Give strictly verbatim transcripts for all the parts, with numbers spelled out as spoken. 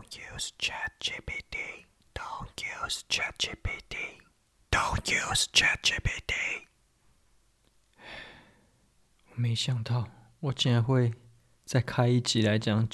Don't use ChatGPT. Don't use ChatGPT. Don't use ChatGPT. 我没想到，我竟然会再开一集来讲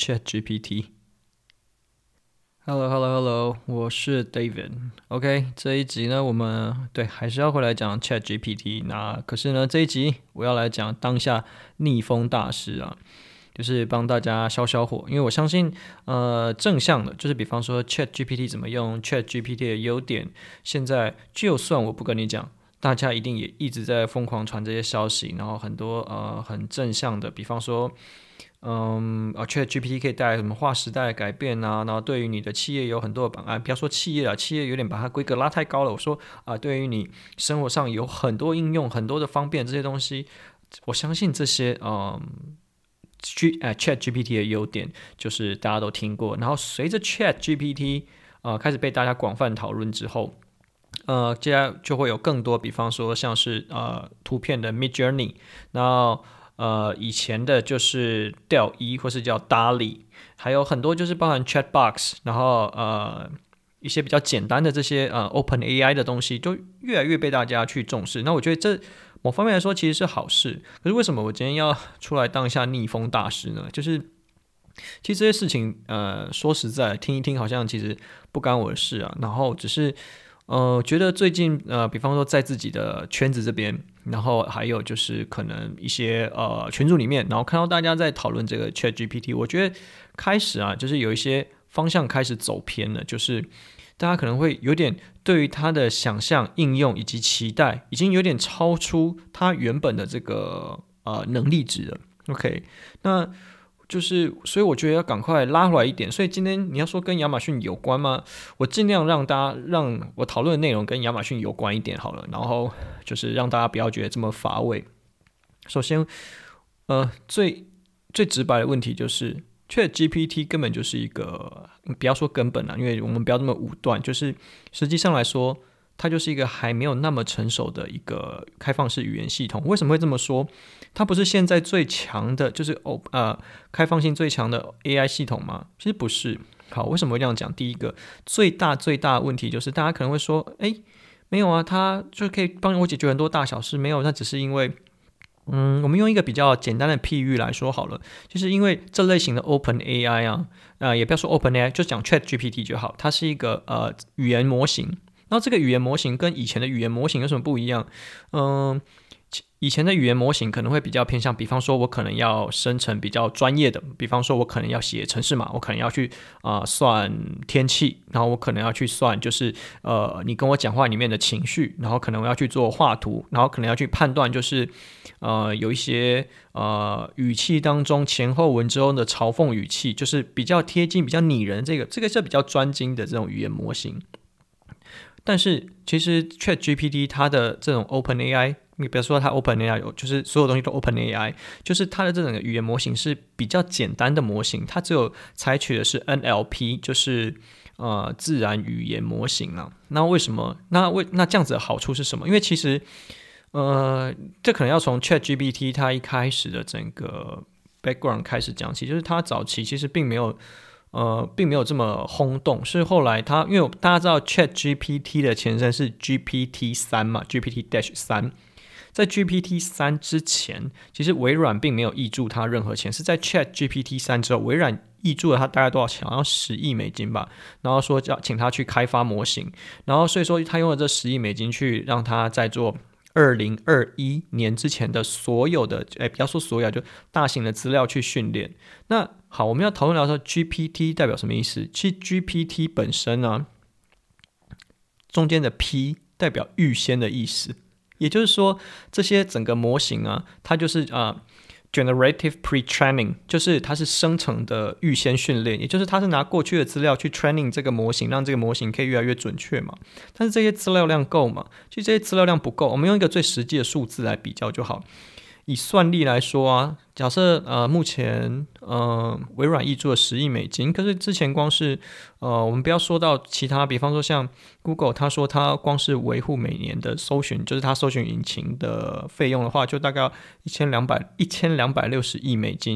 ChatGPT。Hello, Hello, Hello， 我是 David。OK， 这一集呢，我们对还是要回来讲 ChatGPT。那可是呢，这一集我要来讲当下逆风大师啊。就是帮大家消消火，因为我相信，呃，正向的，就是比方说 ChatGPT 怎么用 ，ChatGPT 的优点，现在就算我不跟你讲，大家一定也一直在疯狂传这些消息，然后很多呃很正向的，比方说，嗯，啊 ChatGPT 可以带来什么划时代的改变啊，然后对于你的企业有很多的啊，不要说企业了，企业有点把它规格拉太高了。我说啊，对于你生活上有很多应用，很多的方便这些东西，我相信这些，嗯。G 呃 ChatGPT 的优点就是大家都听过，然后随着 ChatGPT 呃开始被大家广泛讨论之后，呃，接下来就会有更多，比方说像是呃图片的 Midjourney， 然后呃以前的就是调一或是叫 DALL-E， 还有很多就是包含 Chatbox， 然后呃一些比较简单的这些呃 OpenAI 的东西，就越来越被大家去重视。那我觉得这某方面来说其实是好事，可是为什么我今天要出来当一下逆风大师呢？就是其实这些事情，呃，说实在，听一听好像其实不干我的事啊。然后只是，呃，觉得最近，呃，比方说在自己的圈子这边，然后还有就是可能一些呃群组里面，然后看到大家在讨论这个 ChatGPT， 我觉得开始啊，就是有一些方向开始走偏了，就是大家可能会有点对于它的想象、应用以及期待，已经有点超出它原本的这个呃能力值了。OK， 那就是所以我觉得要赶快拉回来一点。所以今天你要说跟亚马逊有关吗？我尽量让大家让我讨论的内容跟亚马逊有关一点好了，然后就是让大家不要觉得这么乏味。首先，呃，最最直白的问题就是。ChatGPT 根本就是一个，不要说根本啦，因为我们不要这么武断，就是实际上来说，它就是一个还没有那么成熟的一个开放式语言系统。为什么会这么说？它不是现在最强的，就是哦呃开放性最强的 A I 系统吗？其实不是。好，为什么会这样讲？第一个最大最大的问题就是，大家可能会说，哎，没有啊，它就可以帮我解决很多大小事。没有，那只是因为。嗯，我们用一个比较简单的譬喻来说好了，就是因为这类型的 OpenAI 啊，呃，也不要说 OpenAI， 就讲 ChatGPT 就好，它是一个呃语言模型。然后这个语言模型跟以前的语言模型有什么不一样？嗯、呃，以前的语言模型可能会比较偏向，比方说我可能要生成比较专业的，比方说我可能要写程式码，我可能要去啊、呃、算天气，然后我可能要去算就是呃你跟我讲话里面的情绪，然后可能我要去做画图，然后可能要去判断就是呃有一些呃语气当中前后文之后的嘲讽语气，就是比较贴近比较拟人，这个这个是比较专精的这种语言模型。但是其实 ChatGPT 它的这种 OpenAI， 你不要说它 OpenAI 有，就是所有东西都 OpenAI， 就是它的这种语言模型是比较简单的模型，它只有采取的是 N L P， 就是呃自然语言模型啊。那为什么？那为那这样子的好处是什么？因为其实呃，这可能要从 ChatGPT 它一开始的整个 background 开始讲起，就是它早期其实并没有。呃，并没有这么轰动，是后来它，因为大家知道 ChatGPT 的前身是 G P T 三 嘛 ，G P T 三， 在 G P T 三 之前，其实微软并没有挹注它任何钱，是在 ChatGPT 三 之后，微软挹注了它大概多少钱？好像十亿美金吧，然后说要请他去开发模型，然后所以说他用了这十亿美金去让他在做。二零二一年之前的所有的，哎，不要说所有，就大型的资料去训练。那好，我们要讨论聊说 G P T 代表什么意思？其实 G P T 本身呢，中间的 P 代表预先的意思，也就是说，这些整个模型啊，它就是啊。呃Generative Pre-Training 就是它是生成的预先训练，也就是它是拿过去的资料去 training 这个模型，让这个模型可以越来越准确嘛。但是这些资料量够吗？其实这些资料量不够，我们用一个最实际的数字来比较就好。以算力来说啊，假设呃目前呃微软挹注了十亿美金，可是之前光是呃我们不要说到其他，比方说像 Google， 他说他光是维护每年的搜寻，就是他搜寻引擎的费用的话，就大概一千两百一千两百六十亿美金，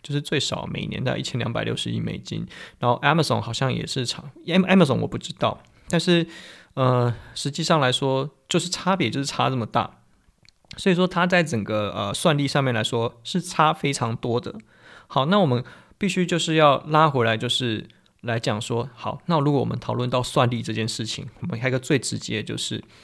就是最少每年的一千两百六十亿美金。然后 Amazon 好像也是差 ，Amazon 我不知道，但是呃，实际上来说，就是差别就是差这么大。所以说它在整个呃算力上面来说是差非常多的。好，那我们必须就是要拉回来，就是来讲说，好，那如果我们讨论到算力这件事情，我们还有一个最直接的就是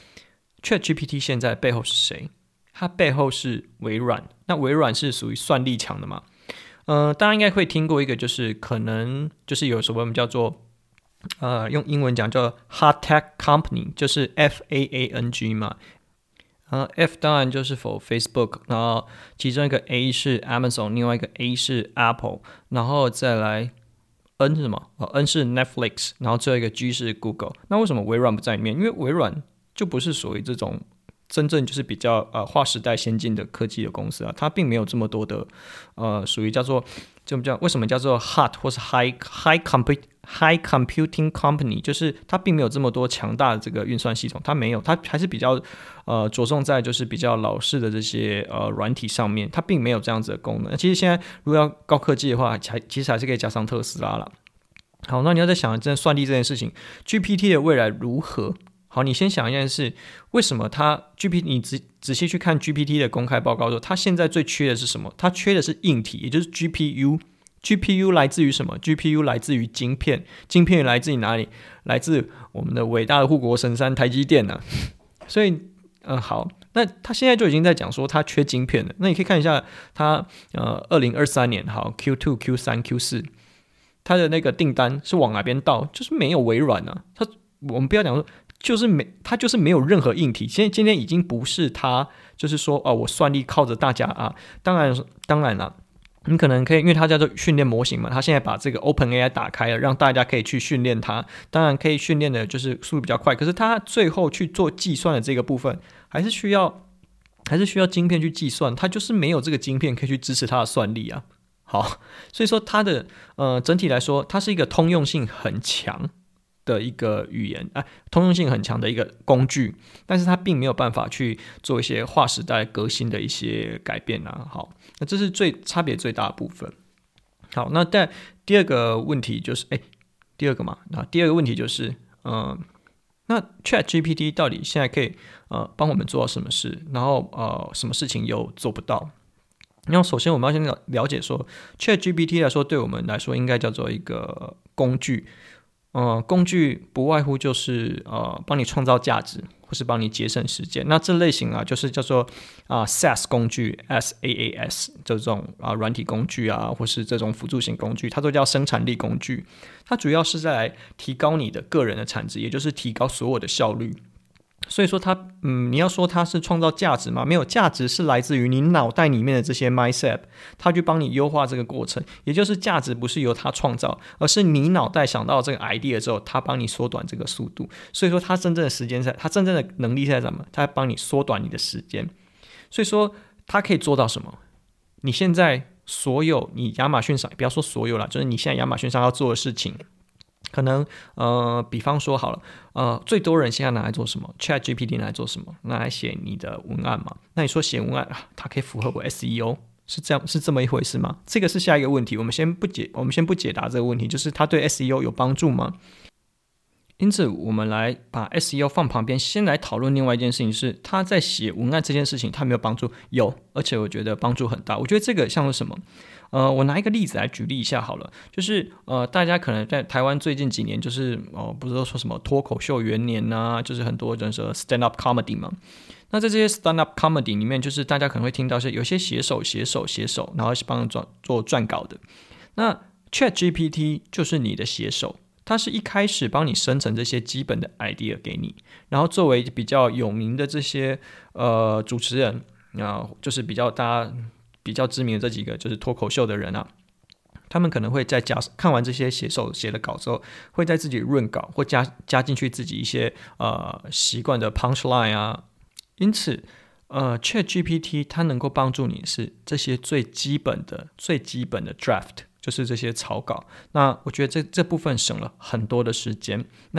ChatGPT 现在背后是谁？它背后是微软。那微软是属于算力强的嘛？呃，大家应该会听过一个，就是可能就是有什么我们叫做呃用英文讲叫 Hard Tech Company， 就是 F A A N G 嘛。呃 F 当然就是 for Facebook， 然后其中一个 A 是 Amazon， 另外一个 A 是 Apple， 然后再来 N 是什么、哦、N 是 Netflix， 然后最后一个 G 是 Google。 那为什么微软不在里面？因为微软就不是属于这种真正就是比较呃划时代先进的科技的公司啊，它并没有这么多的呃属于叫做这么叫为什么叫做 hot 或是 high high compute high computing company， 就是它并没有这么多强大的这个运算系统，它没有，它还是比较呃着重在就是比较老式的这些呃软体上面，它并没有这样子的功能。其实现在如果要高科技的话，其实还是可以加上特斯拉啦。好，那你要在想真的算力这件事情 ，G P T 的未来如何？好，你先想一件事，为什么它 G P T 你仔仔细去看 G P T 的公开报告说，它现在最缺的是什么？它缺的是硬体，也就是 G P U。G P U 来自于什么 ？G P U 来自于晶片，晶片来自于哪里？来自我们的伟大的护国神山台积电呢、啊。所以，嗯，好，那他现在就已经在讲说他缺晶片了。那你可以看一下他呃，二零二三年好 Q 二、Q 三、Q 四，他的那个订单是往哪边倒？就是没有微软啊。他我们不要讲说，就是没，他就是没有任何硬体。现在今天已经不是他，就是说哦，我算力靠着大家啊。当然，当然了。你可能可以，因为它叫做训练模型嘛，它现在把这个 OpenAI 打开了，让大家可以去训练它。当然可以训练的就是速度比较快，可是它最后去做计算的这个部分，还是需要还是需要晶片去计算，它就是没有这个晶片可以去支持它的算力啊。好，所以说它的呃整体来说，它是一个通用性很强的一个语言，哎，通用性很强的一个工具，但是它并没有办法去做一些划时代革新的一些改变啊。好，那这是最差别最大的部分。好，那但第二个问题就是，哎，第二个嘛，那第二个问题就是，嗯、呃，那 ChatGPT 到底现在可以呃帮我们做到什么事？然后呃，什么事情又做不到？然后首先我们要先了了解说 ，ChatGPT 来说，对我们来说应该叫做一个工具。呃，工具不外乎就是呃，帮你创造价值，或是帮你节省时间。那这类型啊，就是叫做啊、呃、SaaS 工具 ，S A A S 这种啊软体工具啊，或是这种辅助型工具，它都叫生产力工具。它主要是在来提高你的个人的产值，也就是提高所有的效率。所以说它，嗯，你要说它是创造价值吗？没有，价值是来自于你脑袋里面的这些 mindset， 它去帮你优化这个过程。也就是价值不是由它创造，而是你脑袋想到这个 idea 之后，它帮你缩短这个速度。所以说它真正的时间在，它真正的能力在什么？它帮你缩短你的时间。所以说它可以做到什么？你现在所有你亚马逊上，不要说所有啦，就是你现在亚马逊上要做的事情。可能呃，比方说好了，呃，最多人现在拿来做什么 ？ChatGPT 拿来做什么？拿来写你的文案嘛？那你说写文案啊，它可以符合我 S E O， 是这样是这么一回事吗？这个是下一个问题，我们先不解，我们先不解答这个问题，就是它对 S E O 有帮助吗？因此，我们来把 S E O 放旁边，先来讨论另外一件事情是，它在写文案这件事情，它没有帮助？有，而且我觉得帮助很大。我觉得这个像是什么？呃，我拿一个例子来举例一下好了，就是呃，大家可能在台湾最近几年，就是哦、呃，不是都说什么脱口秀元年啊，就是很多人说 stand up comedy 嘛。那在这些 stand up comedy 里面，就是大家可能会听到是有些写手、写手、写手，然后是帮人做做撰稿的。那 ChatGPT 就是你的写手。它是一开始帮你生成这些基本的 idea 给你，然后作为比较有名的这些呃主持人啊、呃，就是比较大家比较知名的这几个就是脱口秀的人啊，他们可能会在加看完这些写手写的稿之后，会在自己润稿或加加进去自己一些呃习惯的 punchline 啊，因此呃 ChatGPT 它能够帮助你是这些最基本的最基本的 draft。就是这些草稿，那我觉得这这部分省了很多的时间。那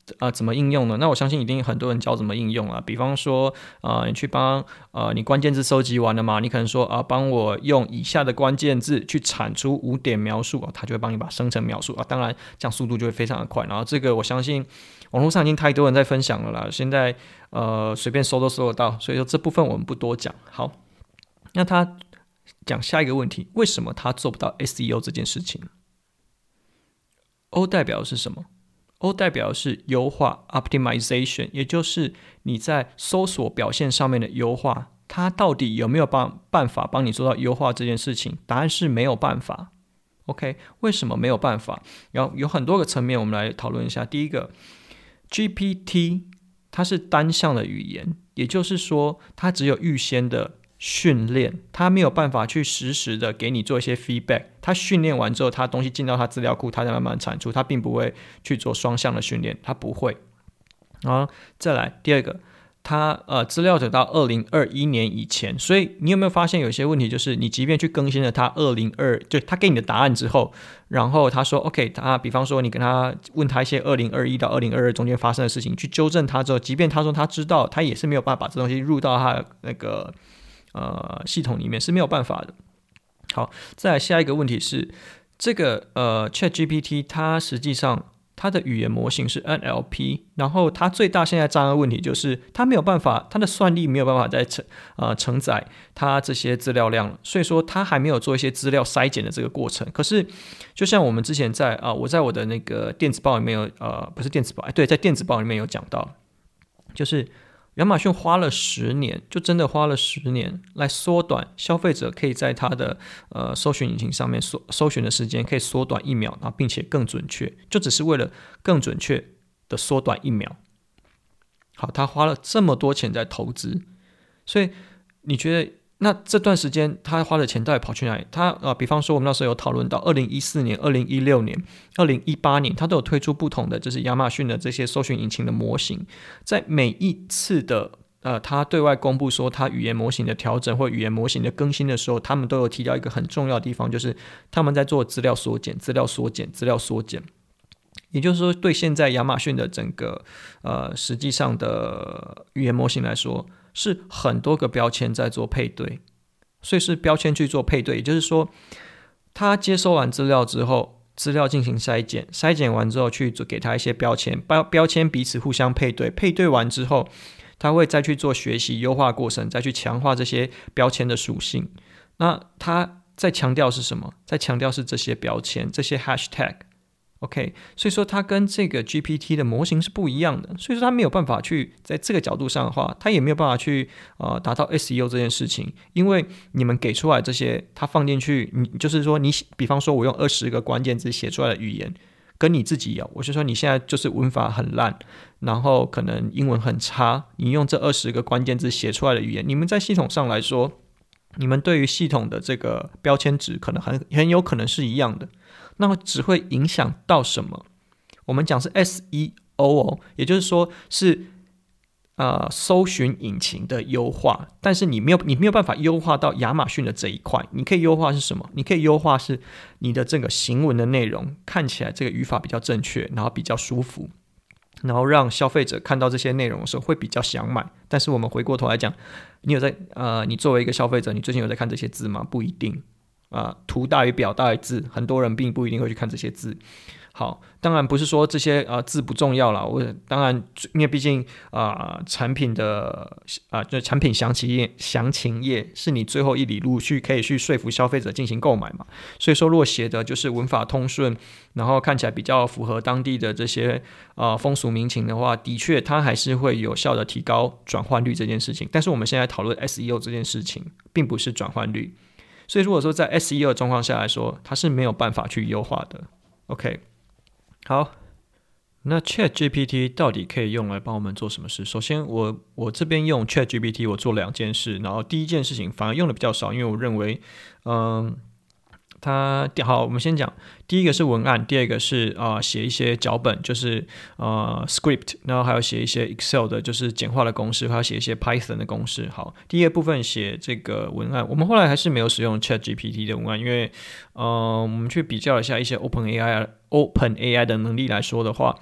呃，怎么应用呢？那我相信一定很多人教怎么应用啊。比方说，呃，你去帮呃，你关键字收集完了嘛？你可能说啊，帮我用以下的关键字去产出五点描述啊，它就会帮你把生成描述啊。当然，这样速度就会非常的快。然后这个我相信网络上已经太多人在分享了啦，现在呃随便搜都搜得到，所以说这部分我们不多讲。好，那他讲下一个问题，为什么他做不到 S E O 这件事情 ？O 代表的是什么？O 代表的是优化 optimization， 也就是你在搜索表现上面的优化，它到底有没有办法帮你做到优化这件事情？答案是没有办法。OK， 为什么没有办法？然后有很多个层面，我们来讨论一下。第一个 ，G P T 它是单向的语言，也就是说，它只有预先的训练，它没有办法去实时的给你做一些 feedback。它训练完之后，它东西进到它资料库，它再慢慢产出，它并不会去做双向的训练，它不会。然后再来第二个，它呃资料得到二零二一年以前，所以你有没有发现有些问题，就是你即便去更新了它二零二，就它给你的答案之后，然后他说 OK， 他比方说你跟他问他一些二零二一到二零二二中间发生的事情，去纠正他之后，即便他说他知道，他也是没有办法把这东西入到他的那个呃系统里面，是没有办法的。好，再来下一个问题是，这个呃 ChatGPT 它实际上它的语言模型是 N L P， 然后它最大现在障碍问题就是它没有办法，它的算力没有办法再承呃承载它这些资料量，所以说它还没有做一些资料筛检的这个过程。可是就像我们之前在啊、呃，我在我的那个电子报里面有呃不是电子报，对，在电子报里面有讲到，就是亚马逊花了十年，就真的花了十年来缩短消费者可以在他的呃搜寻引擎上面搜搜寻的时间可以缩短一秒，然后并且更准确，就只是为了更准确的缩短一秒。好，他花了这么多钱在投资，所以你觉得那这段时间他花的钱到底跑去哪里？他呃，比方说我们那时候有讨论到二零一四年、二零一六年、二零一八年，他都有推出不同的就是亚马逊的这些搜寻引擎的模型，在每一次的呃，他对外公布说他语言模型的调整或语言模型的更新的时候，他们都有提到一个很重要的地方，就是他们在做资料缩减、资料缩减、资料缩减。也就是说，对现在亚马逊的整个呃实际上的语言模型来说，是很多个标签在做配对，所以是标签去做配对。也就是说，他接收完资料之后，资料进行筛检，筛检完之后去给他一些标签，标标签彼此互相配对，配对完之后，他会再去做学习优化过程，再去强化这些标签的属性。那他在强调是什么？在强调是这些标签，这些 hashtag。OK， 所以说它跟这个 G P T 的模型是不一样的，所以说它没有办法去在这个角度上的话，它也没有办法去呃达到 S E O 这件事情，因为你们给出来这些，它放进去，你就是说你比方说我用二十个关键字写出来的语言，跟你自己啊，我就说你现在就是文法很烂，然后可能英文很差，你用这二十个关键字写出来的语言，你们在系统上来说，你们对于系统的这个标签值可能很很有可能是一样的。那只会影响到什么？我们讲是 S E O 哦，也就是说是呃搜寻引擎的优化，但是你没有你没有办法优化到亚马逊的这一块。你可以优化是什么？你可以优化是你的这个行文的内容看起来这个语法比较正确，然后比较舒服，然后让消费者看到这些内容的时候会比较想买。但是我们回过头来讲，你有在呃你作为一个消费者，你最近有在看这些字吗？不一定。呃，图大于表大于字，很多人并不一定会去看这些字。好，当然不是说这些呃字不重要啦，我当然因为毕竟啊、呃、产品的啊、呃、就产品详情页详情页是你最后一里路去可以去说服消费者进行购买嘛，所以说如果写的就是文法通顺，然后看起来比较符合当地的这些呃风俗民情的话，的确它还是会有效的提高转换率这件事情。但是我们现在讨论 S E O 这件事情，并不是转换率。所以如果说在 S E O 的状况下来说，它是没有办法去优化的。OK， 好，那 ChatGPT 到底可以用来帮我们做什么事？首先我，我这边用 ChatGPT 我做两件事，然后第一件事情反而用的比较少，因为我认为，嗯。它好，我们先讲第一个是文案，第二个是啊、呃、写一些脚本，就是呃 script， 然后还有写一些 Excel 的，就是简化的公式，还有写一些 Python 的公式。好，第一个部分写这个文案，我们后来还是没有使用 ChatGPT 的文案，因为呃我们去比较一下一些 OpenAI OpenAI 的能力来说的话。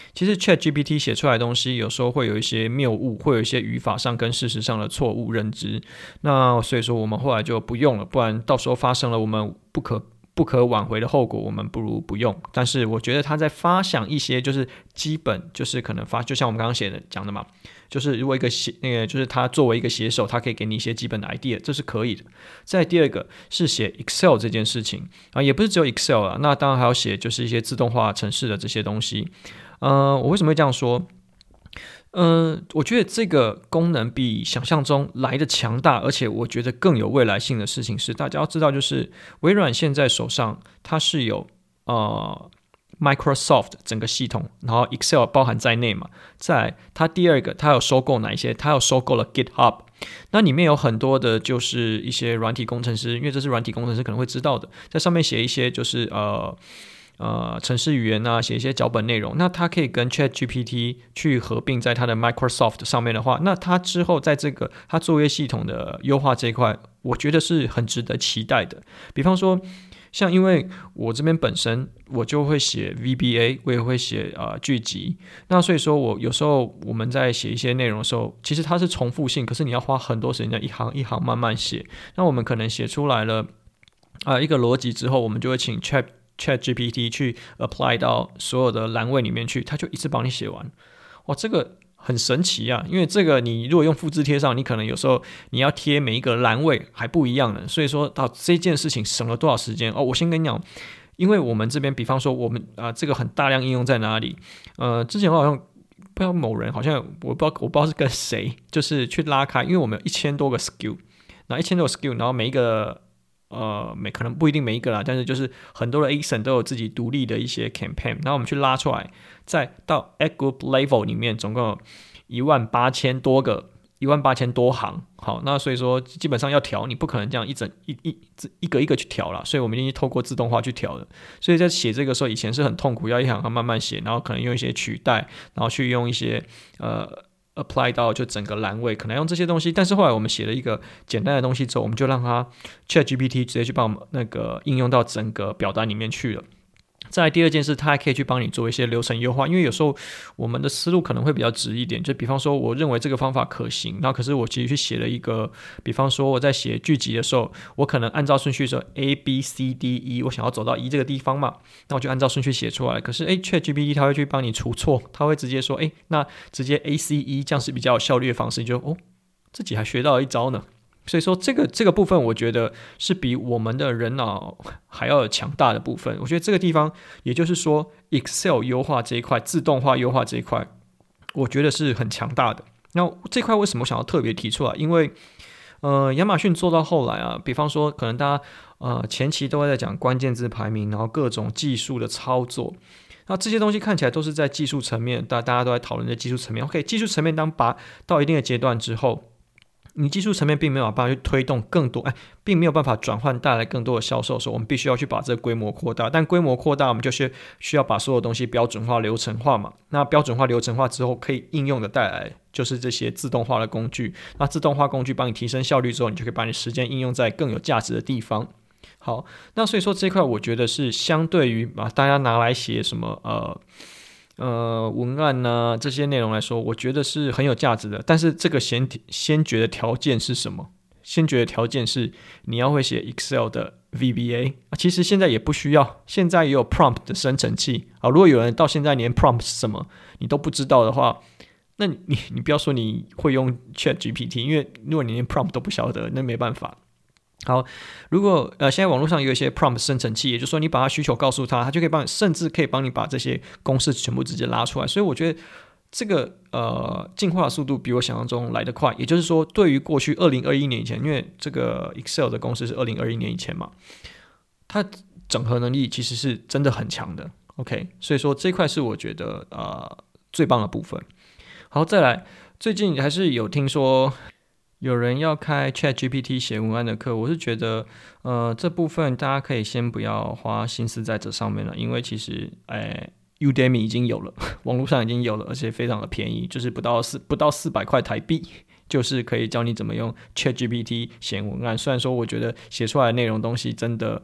其实 ChatGPT 写出来的东西有时候会有一些谬误，会有一些语法上跟事实上的错误认知。那所以说我们后来就不用了，不然到时候发生了我们不可不可挽回的后果，我们不如不用。但是我觉得他在发想一些就是基本，就是可能发，就像我们刚刚写的讲的嘛，就是如果一个写那个就是他作为一个写手，他可以给你一些基本的 idea， 这是可以的。再第二个是写 Excel 这件事情啊，也不是只有 Excel 啊，那当然还要写就是一些自动化程式的这些东西。呃，我为什么会这样说？呃，我觉得这个功能比想象中来的强大，而且我觉得更有未来性的事情是，大家要知道，就是微软现在手上它是有呃 Microsoft 整个系统，然后 Excel 包含在内嘛。再来，它第二个，它有收购哪一些？它有收购了 GitHub， 那里面有很多的就是一些软体工程师，因为这是软体工程师可能会知道的，在上面写一些就是呃。呃，程式语言啊，写一些脚本内容，那它可以跟 ChatGPT 去合并在它的 Microsoft 上面的话，那它之后在这个它作业系统的优化这一块，我觉得是很值得期待的。比方说，像因为我这边本身我就会写 V B A， 我也会写呃剧集，那所以说我有时候我们在写一些内容的时候，其实它是重复性，可是你要花很多时间一行一行慢慢写，那我们可能写出来了啊、呃、一个逻辑之后，我们就会请 Chat ChatGPT 去 apply 到所有的栏位里面去，它就一次帮你写完。哇，这个很神奇啊！因为这个你如果用复制贴上，你可能有时候你要贴每一个栏位还不一样呢。所以说到这件事情省了多少时间哦？我先跟你讲，因为我们这边，比方说我们啊、呃，这个很大量应用在哪里？呃，之前我好像不知道某人好像我不知道我不知道是跟谁，就是去拉开，因为我们有一千多个 skill， 那一千多个 skill， 然后每一个。呃，每可能不一定每一个啦，但是就是很多的 A S I N 都有自己独立的一些 campaign， 然后我们去拉出来，再到 Ad Group Level 里面，总共有一万八千多个，一万八千多行。好，那所以说基本上要调，你不可能这样一整一一一个一个去调啦，所以我们一定透过自动化去调的。所以在写这个时候，以前是很痛苦，要一行行慢慢写，然后可能用一些取代，然后去用一些呃。apply 到就整个栏位，可能用这些东西，但是后来我们写了一个简单的东西之后，我们就让它 ChatGPT 直接去帮我们那个应用到整个表单里面去了。再来第二件事，它还可以去帮你做一些流程优化，因为有时候我们的思路可能会比较直一点，就比方说我认为这个方法可行，那可是我其实去写了一个，比方说我在写剧集的时候，我可能按照顺序说 A B C D E， 我想要走到 E 这个地方嘛，那我就按照顺序写出来。可是诶 ChatGPT 它会去帮你除错，它会直接说诶那直接 A C E 这样是比较有效率的方式，你就哦自己还学到了一招呢。所以说这个这个部分，我觉得是比我们的人脑还要强大的部分。我觉得这个地方，也就是说 Excel 优化这一块，自动化优化这一块，我觉得是很强大的。那这块为什么想要特别提出来？因为呃，亚马逊做到后来啊，比方说可能大家呃前期都会在讲关键字排名，然后各种技术的操作。那这些东西看起来都是在技术层面，大大家都在讨论的技术层面。OK， 技术层面当拔到一定的阶段之后，你技术层面并没有办法去推动更多，哎，并没有办法转换带来更多的销售的时候，我们必须要去把这个规模扩大。但规模扩大，我们就是需要把所有东西标准化、流程化嘛。那标准化、流程化之后，可以应用的带来就是这些自动化的工具。那自动化工具帮你提升效率之后，你就可以把你时间应用在更有价值的地方。好，那所以说这一块我觉得是相对于把大家拿来写什么呃。呃，文案呢、啊、这些内容来说，我觉得是很有价值的。但是这个先先决的条件是什么？先决的条件是你要会写 Excel 的 V B A 啊。其实现在也不需要，现在也有 prompt 的生成器啊。如果有人到现在连 prompt 是什么你都不知道的话，那你你你不要说你会用 ChatGPT， 因为如果你连 prompt 都不晓得，那没办法。好，如果呃现在网络上有一些 prompt 生成器，也就是说你把它需求告诉他，他就可以帮你，甚至可以帮你把这些公式全部直接拉出来。所以我觉得这个呃进化的速度比我想象中来得快。也就是说，对于过去二零二一年以前，因为这个 Excel 的公式是二零二一年以前嘛，它整合能力其实是真的很强的。OK， 所以说这块是我觉得呃最棒的部分。好，再来，最近还是有听说。有人要开 ChatGPT 写文案的课，我是觉得，呃，这部分大家可以先不要花心思在这上面了，因为其实，哎 ，Udemy 已经有了，网络上已经有了，而且非常的便宜，就是不到四不到四百块台币，就是可以教你怎么用 ChatGPT 写文案。虽然说我觉得写出来的内容东西真的，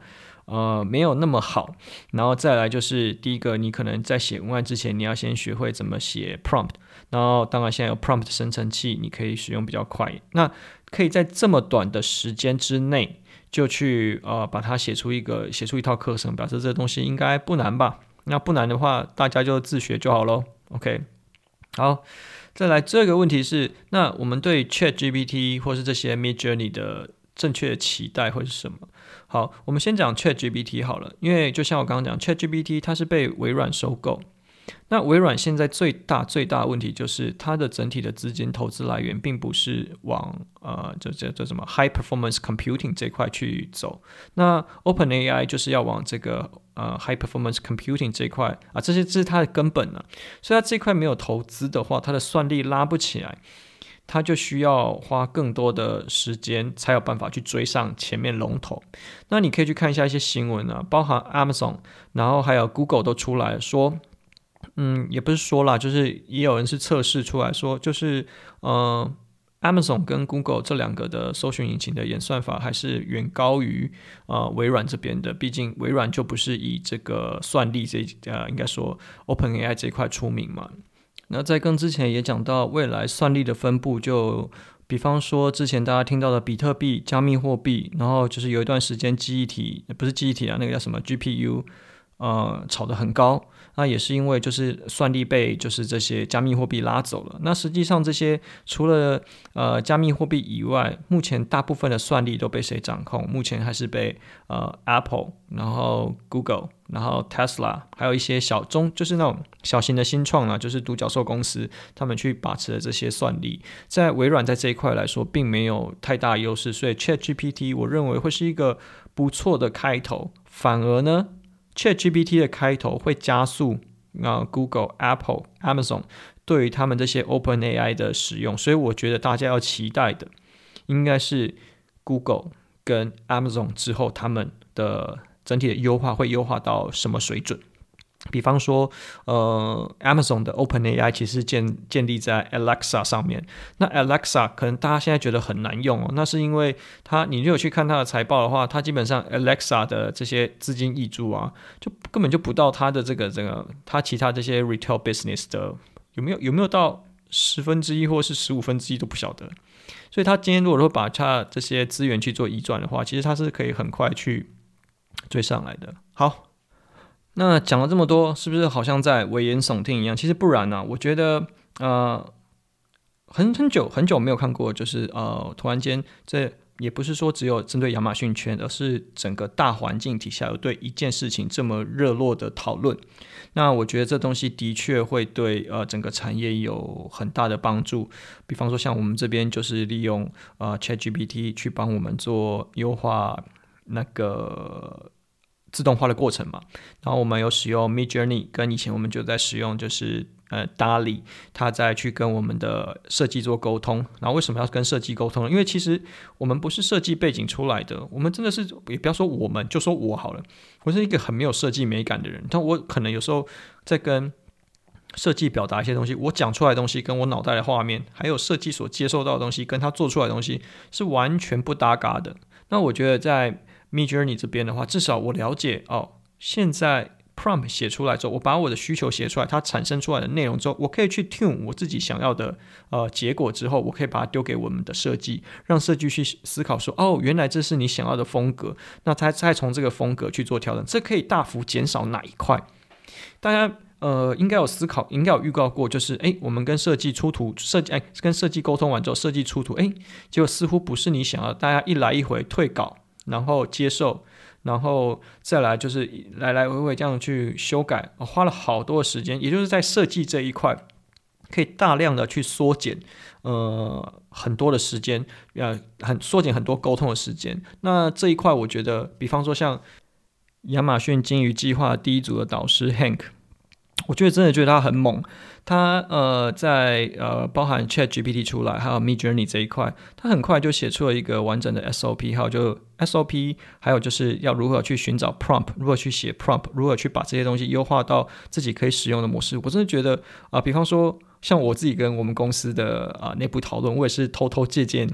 呃没有那么好。然后再来就是第一个，你可能在写文案之前，你要先学会怎么写 prompt。然后当然现在有 prompt 生成器，你可以使用比较快。那可以在这么短的时间之内就去呃把它写出一个写出一套课程，表示这个东西应该不难吧？那不难的话，大家就自学就好咯。 OK， 好，再来这个问题是，那我们对 ChatGPT 或是这些 Midjourney 的正确的期待会是什么？好，我们先讲 ChatGPT 好了，因为就像我刚刚讲 ChatGPT 它是被微软收购。那微软现在最大最大的问题就是它的整体的资金投资来源并不是往呃这这这什么 high performance computing 这块去走。那 OpenAI 就是要往这个呃 high performance computing 这块啊，这些这是它的根本啊。所以它这块没有投资的话，它的算力拉不起来，它就需要花更多的时间才有办法去追上前面龙头。那你可以去看一下一些新闻啊，包含 Amazon， 然后还有 Google 都出来说。嗯，也不是说啦，就是也有人是测试出来说，就是呃，Amazon 跟 Google 这两个的搜寻引擎的演算法还是远高于呃微软这边的，毕竟微软就不是以这个算力这呃应该说 OpenAI 这一块出名嘛。那在更之前也讲到未来算力的分布就。比方说之前大家听到的比特币、加密货币，然后就是有一段时间记忆体不是记忆体啊，那个叫什么 G P U， 呃，炒得很高。那也是因为就是算力被就是这些加密货币拉走了。那实际上这些除了呃加密货币以外，目前大部分的算力都被谁掌控？目前还是被呃 Apple， 然后 Google， 然后 Tesla， 还有一些小中就是那种小型的新创啊，就是独角兽公司，他们去把持了这些算力。在微软在这一块来说，并没有太大优势，所以 ChatGPT 我认为会是一个不错的开头。反而呢，ChatGPT 的开头会加速、呃、Google、Apple、Amazon 对于他们这些 OpenAI 的使用，所以我觉得大家要期待的应该是 Google 跟 Amazon 之后他们的整体的优化会优化到什么水准。比方说呃 Amazon 的 OpenAI 其实建建立在 Alexa 上面。那 Alexa 可能大家现在觉得很难用哦，那是因为它你如果去看它的财报的话，它基本上 Alexa 的这些资金挹注啊，就根本就不到它的这个这个它其他这些 retail business 的有没有有没有到十分之一或是十五分之一都不晓得。所以它今天如果说把它这些资源去做移转的话，其实它是可以很快去追上来的。好，那讲了这么多，是不是好像在危言耸听一样？其实不然啊，我觉得呃，很很久很久没有看过，就是呃，突然间这也不是说只有针对亚马逊圈，而是整个大环境底下有对一件事情这么热络的讨论。那我觉得这东西的确会对呃整个产业有很大的帮助。比方说像我们这边就是利用呃 ChatGPT 去帮我们做优化那个自动化的过程嘛，然后我们有使用 Midjourney， 跟以前我们就在使用就是呃 D A L L-E， 它在去跟我们的设计做沟通。然后为什么要跟设计沟通呢？因为其实我们不是设计背景出来的，我们真的是也不要说我们，就说我好了，我是一个很没有设计美感的人，但我可能有时候在跟设计表达一些东西，我讲出来的东西跟我脑袋的画面，还有设计所接受到的东西，跟他做出来的东西是完全不搭嘎的。那我觉得在Midjourney 这边的话，至少我了解哦，现在 prompt 写出来之后，我把我的需求写出来，它产生出来的内容之后，我可以去 tune 我自己想要的呃结果之后，我可以把它丢给我们的设计，让设计去思考说，哦，原来这是你想要的风格，那他再从这个风格去做调整，这可以大幅减少哪一块？大家呃应该有思考，应该有预告过，就是哎，我们跟设计出图，设计哎跟设计沟通完之后，设计出图，哎，结果似乎不是你想要的，大家一来一回退稿。然后接受，然后再来就是来来回回这样去修改，花了好多的时间，也就是在设计这一块可以大量的去缩减呃很多的时间，呃很缩减很多沟通的时间。那这一块我觉得，比方说像亚马逊金鱼计划第一组的导师 Hank， 我觉得真的觉得他很猛。他呃在呃包含 ChatGPT 出来，还有 Midjourney 这一块，他很快就写出了一个完整的 S O P， 还有就 S O P， 还有就是要如何去寻找 prompt， 如何去写 prompt， 如何去把这些东西优化到自己可以使用的模式。我真的觉得啊、呃，比方说像我自己跟我们公司的啊、呃、内部讨论，我也是偷偷借鉴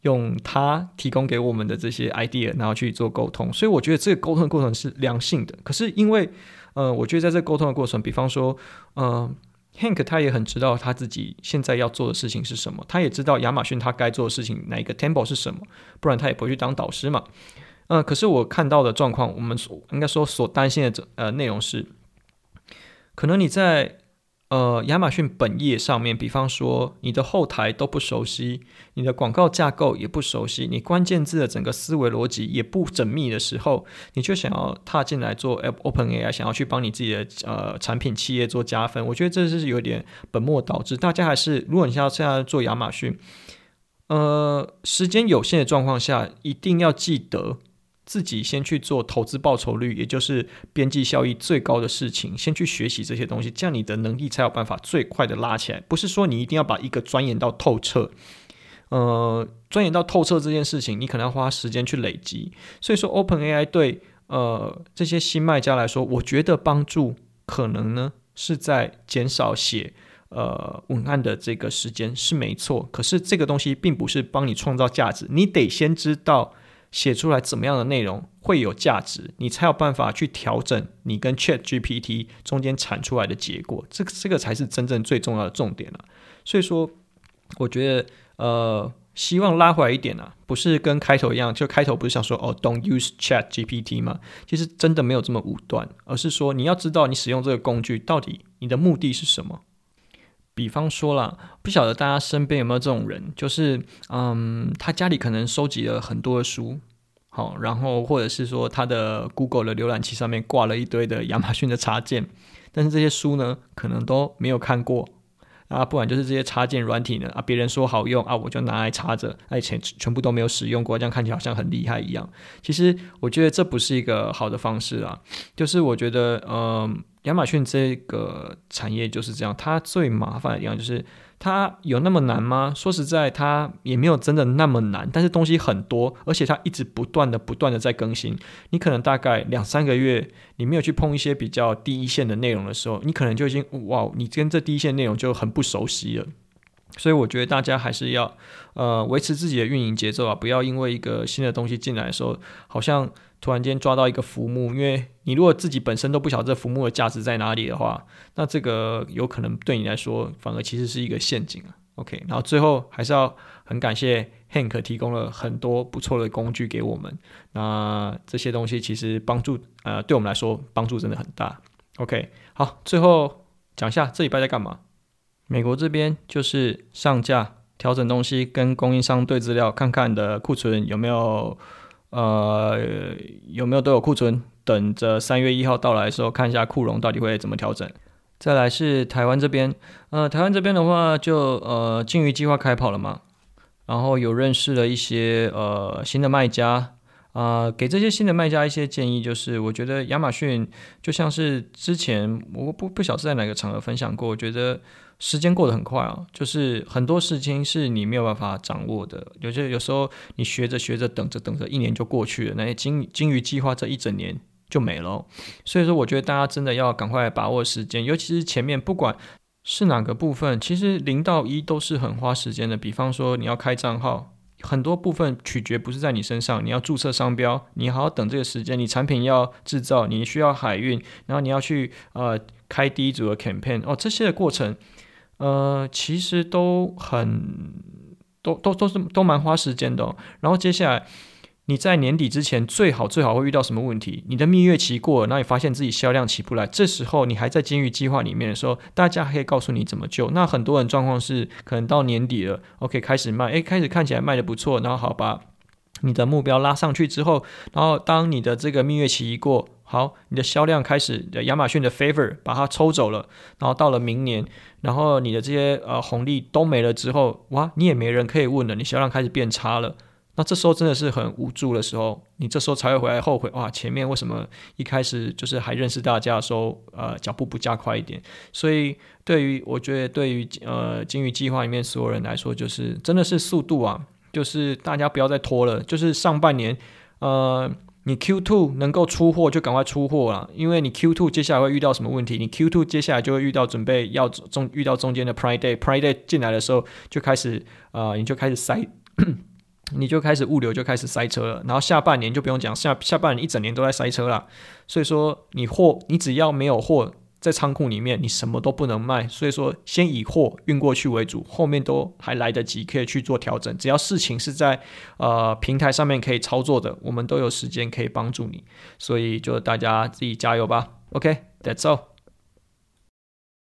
用他提供给我们的这些 idea 然后去做沟通，所以我觉得这个沟通的过程是良性的。可是因为呃，我觉得在这个沟通的过程，比方说呃Hank 他也很知道他自己现在要做的事情是什么，他也知道亚马逊他该做的事情哪一个 tempo 是什么，不然他也不会去当导师嘛。呃，可是我看到的状况，我们所应该说所担心的呃内容是，可能你在呃亚马逊本页上面，比方说你的后台都不熟悉，你的广告架构也不熟悉，你关键字的整个思维逻辑也不缜密的时候，你就想要踏进来做 OpenAI， 想要去帮你自己的呃产品企业做加分，我觉得这是有点本末倒置。大家还是，如果你要现在做亚马逊，呃，时间有限的状况下，一定要记得自己先去做投资报酬率，也就是边际效益最高的事情，先去学习这些东西，这样你的能力才有办法最快的拉起来。不是说你一定要把一个钻研到透彻，呃，钻研到透彻这件事情，你可能要花时间去累积。所以说 OpenAI 对呃这些新卖家来说，我觉得帮助可能呢是在减少写呃文案的这个时间是没错，可是这个东西并不是帮你创造价值，你得先知道写出来怎么样的内容会有价值，你才有办法去调整你跟 ChatGPT 中间产出来的结果，这个这个才是真正最重要的重点了。所以说我觉得呃希望拉回来一点啊，不是跟开头一样，就开头不是想说哦 don't use ChatGPT 吗？其实真的没有这么武断，而是说你要知道你使用这个工具到底你的目的是什么。比方说啦，不晓得大家身边有没有这种人，就是嗯，他家里可能收集了很多的书，好，然后或者是说他的 Google 的浏览器上面挂了一堆的亚马逊的插件，但是这些书呢，可能都没有看过啊，不然就是这些插件软体呢啊，别人说好用啊，我就拿来插着，哎，全全部都没有使用过，这样看起来好像很厉害一样。其实我觉得这不是一个好的方式啊，就是我觉得嗯。亚马逊这个产业就是这样，它最麻烦的地方就是它有那么难吗？说实在，它也没有真的那么难，但是东西很多，而且它一直不断的、不断的在更新。你可能大概两三个月，你没有去碰一些比较第一线的内容的时候，你可能就已经哇，你跟这第一线内容就很不熟悉了。所以我觉得大家还是要呃维持自己的运营节奏啊，不要因为一个新的东西进来的时候，好像突然间抓到一个浮木，因为你如果自己本身都不晓得这浮木的价值在哪里的话，那这个有可能对你来说反而其实是一个陷阱啊。OK， 然后最后还是要很感谢 Hank 提供了很多不错的工具给我们，那这些东西其实帮助呃对我们来说帮助真的很大。OK， 好，最后讲一下这礼拜在干嘛。美国这边就是上架、调整东西，跟供应商对资料，看看你的库存有没有呃有没有都有库存，等着三月一号到来的时候，看一下库容到底会怎么调整。再来是台湾这边，呃，台湾这边的话就呃金鱼计划开跑了嘛，然后有认识了一些呃新的卖家。啊、呃，给这些新的卖家一些建议，就是我觉得亚马逊就像是之前我不不晓得在哪个场合分享过，我觉得时间过得很快啊，就是很多事情是你没有办法掌握的，有些有时候你学着学着，等着等着，一年就过去了，那些金金鱼计划这一整年就没了、哦。所以说，我觉得大家真的要赶快把握时间，尤其是前面不管是哪个部分，其实零到一都是很花时间的。比方说你要开账号。很多部分取决不是在你身上，你要注册商标，你还要等这个时间，你产品要制造，你需要海运，然后你要去呃开第一组的 campaign 哦，这些的过程，呃，其实都很都都都是都蛮花时间的、哦。然后接下来你在年底之前最好最好会遇到什么问题？你的蜜月期过了，然后你发现自己销量起不来，这时候你还在金鱼计划里面的时候，大家还可以告诉你怎么救。那很多人状况是可能到年底了 ，OK 开始卖，诶开始看起来卖得不错，然后好把你的目标拉上去之后，然后当你的这个蜜月期一过，好，你的销量开始亚马逊的 favor 把它抽走了，然后到了明年，然后你的这些呃红利都没了之后，哇，你也没人可以问了，你销量开始变差了。那这时候真的是很无助的时候，你这时候才会回来后悔，哇，前面为什么一开始就是还认识大家的时候，呃，脚步不加快一点？所以对于我觉得对于呃金鱼计划里面所有人来说，就是真的是速度啊，就是大家不要再拖了，就是上半年，呃，你 Q 二 能够出货就赶快出货啦，因为你 Q 二 接下来会遇到什么问题？你 Q 二 接下来就会遇到准备要中遇到中间的 Prime Day，Prime Day 进来的时候就开始呃，你就开始塞。 你就开始物流就开始塞车了，然后下半年就不用讲，下下半年一整年都在塞车啦。所以说你货，你只要没有货在仓库里面，你什么都不能卖。所以说先以货运过去为主，后面都还来得及，可以去做调整。只要事情是在呃平台上面可以操作的，我们都有时间可以帮助你。所以就大家自己加油吧。OK，that's all。